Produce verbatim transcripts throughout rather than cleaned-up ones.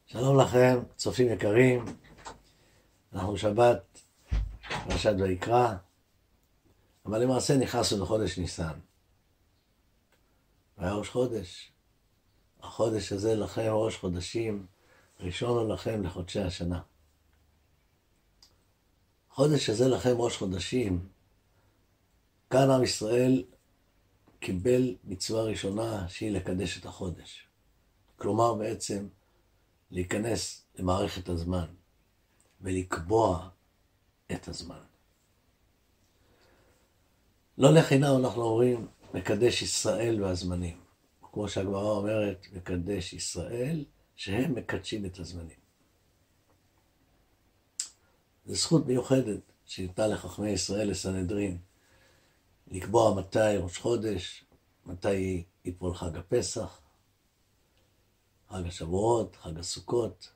שלום לכם, צופים יקרים. אנחנו שבת, פרשת ויקרא, אבל למעשה נכנסנו לחודש ניסן. והיה ראש חודש. החודש הזה לכם ראש חודשים, ראשון הוא לכם לחודשי השנה. החודש הזה לכם ראש חודשים, כאן עם ישראל קיבל מצווה ראשונה שהיא לקדש את החודש. כלומר בעצם להיכנס למערכת הזמן ולקבוע את הזמן. לא לחינם אנחנו אומרים מקדש ישראל והזמנים. כמו שהגמרא אומרת, מקדש ישראל שהם מקדשים את הזמנים. זו זכות מיוחדת שניתנה לחכמי ישראל לסנהדרין לקבוע מתי ראש חודש, מתי ייפול חג הפסח, חג השבועות, חג הסוכות.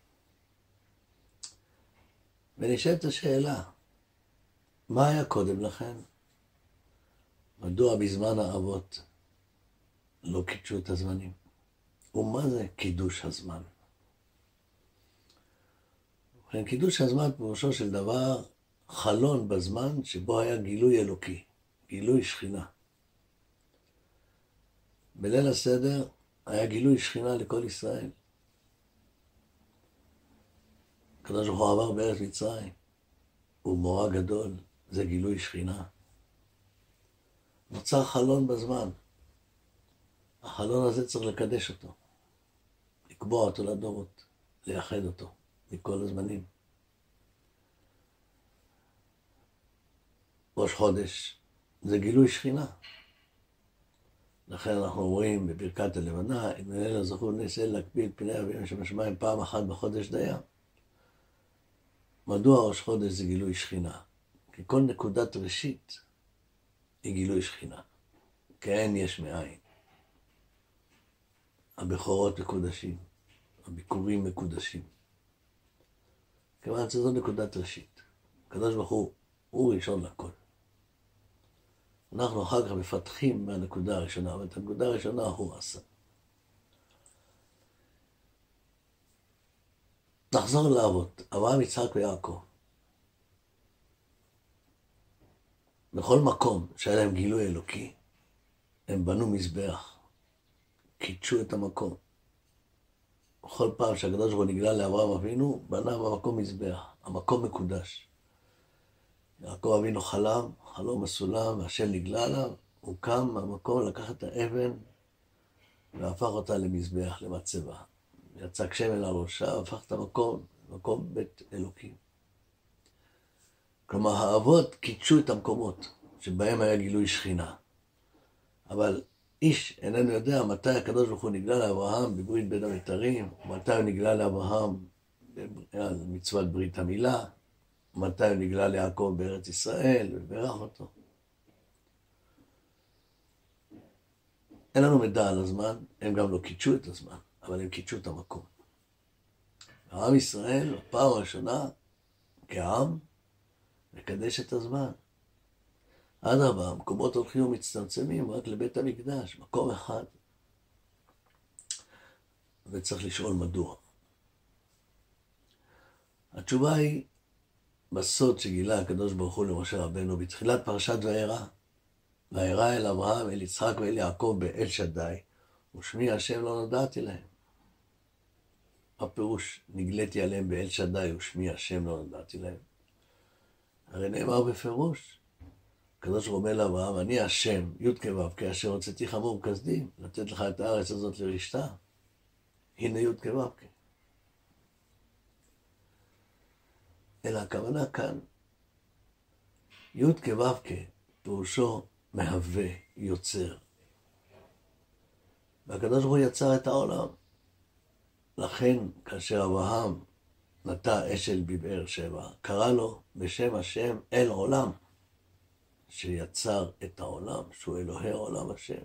ונשאלת השאלה, מה היה קודם לכן? מדוע בזמן האבות לא קידשו את הזמנים? ומה זה קידוש הזמן? קידוש הזמן פירושו של דבר חלון בזמן שבו היה גילוי אלוקי, גילוי שכינה. בליל הסדר היה גילוי שכינה לכל ישראל. הקדוש ברוך הוא עבר בארץ מצרים, הוא מורא גדול, זה גילוי שכינה. נוצר חלון בזמן. החלון הזה צריך לקדש אותו, לקבוע אותו לדורות, לייחד אותו מכל הזמנים. ראש חודש זה גילוי שכינה. לכן אנחנו אומרים בברכת הלבנה, אם אלה זכו נעשה להקפיד פני אביהם שבשמיים פעם אחת בחודש דיין. מדוע ראש חודש זה גילוי שכינה? כי כל נקודת ראשית היא גילוי שכינה. כאין יש מאין. הבכורות מקודשים, הביקורים מקודשים. כיוון שזו נקודת ראשית. הקדוש ברוך הוא, הוא ראשון לכל. אנחנו אחר כך מפתחים מהנקודה הראשונה, אבל את הנקודה הראשונה הוא עשה. נחזור לאבות, אברהם, יצחק ויעקב. בכל מקום שהיה להם גילוי אלוקי, הם בנו מזבח, קידשו את המקום. בכל פעם שהקדוש ברוך הוא נגלה לאברהם אבינו, בנה במקום מזבח, המקום מקודש. יעקב אבינו חלם, חלום מסולם, והשם נגלה עליו, הוא קם מהמקום, לקח את האבן, והפך אותה למזבח, למצבה. יצק שמן על ראשה, והפך את המקום, מקום בית אלוקים. כלומר, האבות קידשו את המקומות, שבהם היה גילוי שכינה. אבל איש איננו יודע מתי הקדוש ברוך הוא נגלה לאברהם בברית בין המיתרים, מתי הוא נגלה לאברהם על מצוות ברית המילה, מתי הוא נגלה ליעקב בארץ ישראל וברך אותו. אין לנו מידע על הזמן, הם גם לא קידשו את הזמן, אבל הם קידשו את המקום. העם ישראל, בפעם הראשונה, כעם, מקדש את הזמן. אדרבה, המקומות הולכים ומצטמצמים רק לבית המקדש, מקום אחד. וצריך לשאול מדוע. התשובה היא, בסוד שגילה הקדוש ברוך הוא למשה רבנו בתחילת פרשת וירא, וירא אל אברהם, אל יצחק ואל יעקב באל שדי, ושמי השם לא נודעתי להם. הפירוש, נגליתי עליהם באל שדי ושמי השם לא נודעתי להם. הרי נאמר בפירוש, הקדוש ברוך הוא אומר לאברהם, אני השם, י' כ' ו' כ' אשר הוצאתי חמור כסדים, לתת לך את הארץ הזאת לרשתה. הנה י' כ' ו' כ'. אלא הכוונה כאן, י' כ' ו' כ', פירושו מהווה, יוצר. והקדוש ברוך הוא יצר את העולם. לכן, כאשר אברהם נטע אשל בבאר שבע, קרא לו בשם השם אל עולם, שיצר את העולם, שהוא אלוהי העולם השם.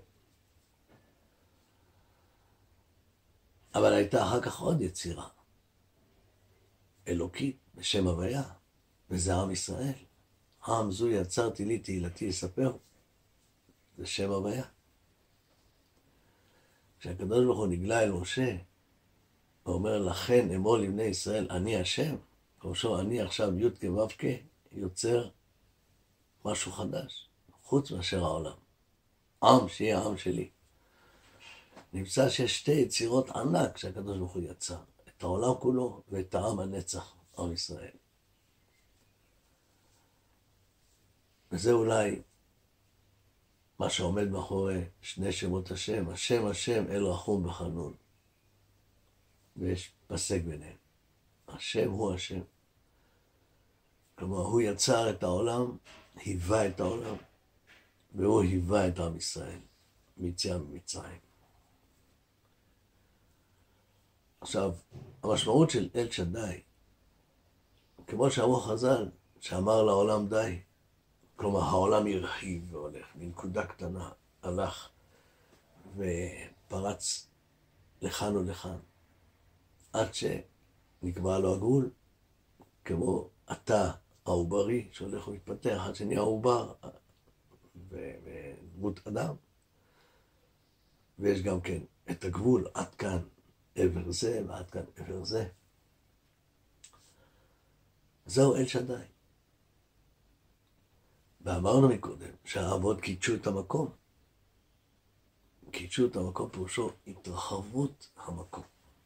אבל הייתה אחר כך עוד יצירה, אלוקית, בשם הוויה, וזה עם ישראל. עם זו יצרתי לי תהילתי יספר, זה שם הוויה. כשהקדוש ברוך הוא נגלה אל משה, הוא אומר, לכן אמור לבני ישראל, אני השם. פירושו, אני עכשיו י' כו' כ' יוצר משהו חדש, חוץ מאשר העולם. עם שיהיה עם שלי. נמצא שיש שתי יצירות ענק שהקדוש ברוך הוא יצר, את העולם כולו ואת העם הנצח, עם ישראל. וזה אולי מה שעומד מאחורי שני שמות השם, השם השם אל רחום וחנון. ויש פסק ביניהם. השם הוא השם. כלומר, הוא יצר את העולם, היווה את העולם, והוא היווה את עם ישראל, מיציאה ממצרים. עכשיו, המשמעות של אל שדי, כמו שאמרו חז"ל, שאמר לעולם די, כלומר, העולם הרחיב והולך, מנקודה קטנה, הלך ופרץ לכאן ולכאן, עד שנקבע לו הגבול, כמו התא העוברי שהולך ומתפתח, עד שנהיה עובר ודמות אדם. ויש גם כן את הגבול, עד כאן עבר זה ועד כאן עבר זה. זהו אל שדי. ואמרנו מקודם שהאבות קידשו את המקום. קידשו את המקום פירושו התרחבות המקום.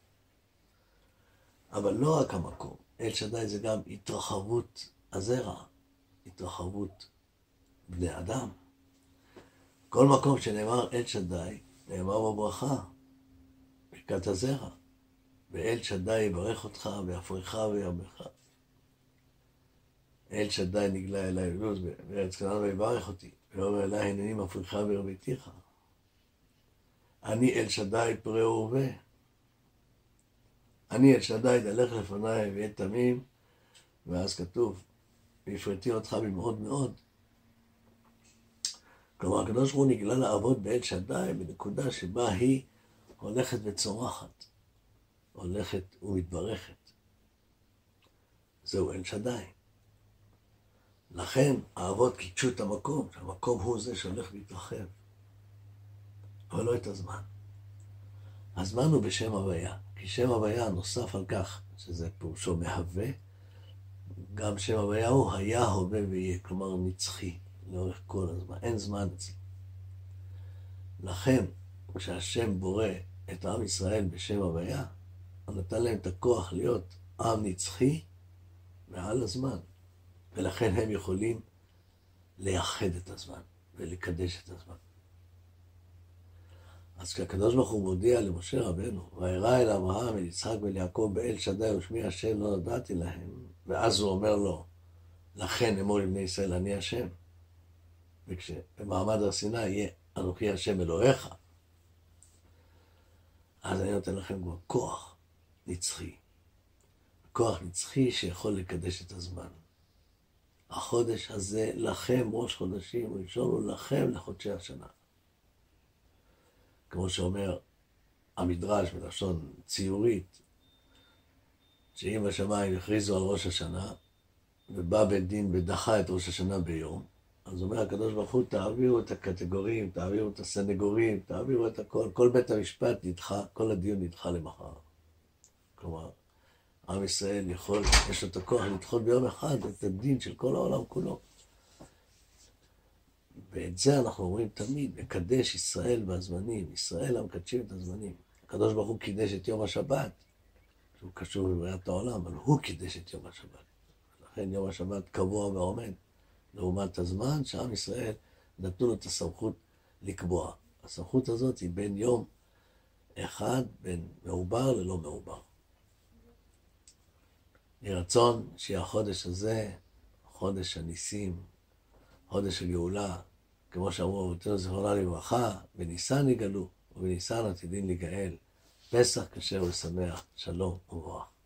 אבל לא רק המקום, אל שדי זה גם התרחבות הזרע, התרחבות בני אדם. כל מקום שנאמר אל שדי, נאמר בברכה, ברכת הזרע. ואל שדי יברך אותך ויפריך וירבך. אל שדי נגלה אליי לוז בארץ כנען ויברך אותי, ואומר אליי הנני מפריך וירביתיך. אני אל שדי פרא ורבה. אני אל שדי תלך לפניי ויהיה תמים, ואז כתוב, והפרתי אותך במאוד מאוד. כלומר, הקדוש ברוך הוא נגלה לעבוד באל שדי בנקודה שבה היא הולכת וצומחת, הולכת ומתברכת. זהו אל שדי. לכן האבות קידשו את המקום, שהמקום הוא זה שהולך להתרחב, אבל לא את הזמן. הזמן הוא בשם הוויה, כי שם הוויה נוסף על כך, שזה פירושו מהווה, גם שם הוויה הוא היה, הווה ויהיה, כלומר נצחי, לאורך כל הזמן, אין זמן אצלו. לכן, כשהשם בורא את עם ישראל בשם הוויה, הוא נתן להם את הכוח להיות עם נצחי מעל הזמן, ולכן הם יכולים לייחד את הזמן ולקדש את הזמן. אז כשהקדוש ברוך הוא מודיע למשה רבנו, וירא אל אברהם, אל יצחק ואל יעקב באל שדי ושמי השם לא נודעתי להם, ואז הוא אומר לו, לכן אמור לבני ישראל אני השם. וכשבמעמד הר סיני יהיה אנוכי השם אלוהיך, אז אני נותן לכם כבר כוח נצחי. כוח נצחי שיכול לקדש את הזמן. החודש הזה לכם ראש חודשים, ראשון הוא לכם לחודשי השנה. כמו שאומר המדרש בלשון ציורית, שאם השמיים הכריזו על ראש השנה, ובא בית דין ודחה את ראש השנה ביום, אז אומר הקדוש ברוך הוא, תעבירו את הקטגורים, תעבירו את הסנגורים, תעבירו את הכל, כל בית המשפט נדחה, כל הדיון נדחה למחר. כלומר, עם ישראל יכול, יש לו את הכוח לדחות ביום אחד את הדין של כל העולם כולו. ואת זה אנחנו אומרים תמיד, מקדש ישראל בזמנים, ישראל המקדשים את הזמנים. הקדוש ברוך הוא קידש את יום השבת, שהוא קשור בבריאת העולם, אבל הוא קידש את יום השבת. לכן יום השבת קבוע ועומד, לעומת הזמן שעם ישראל נתנו לו את הסמכות לקבוע. הסמכות הזאת היא בין יום אחד, בין מעובר ללא מעובר. יהי רצון שיהיה החודש הזה, חודש הניסים, חודש הגאולה, כמו שאמרו אבותינו זיכרונם לברכה, בניסן יגאלו ובניסן עתידין להיגאל. פסח כשר ושמח, שלום וברכה.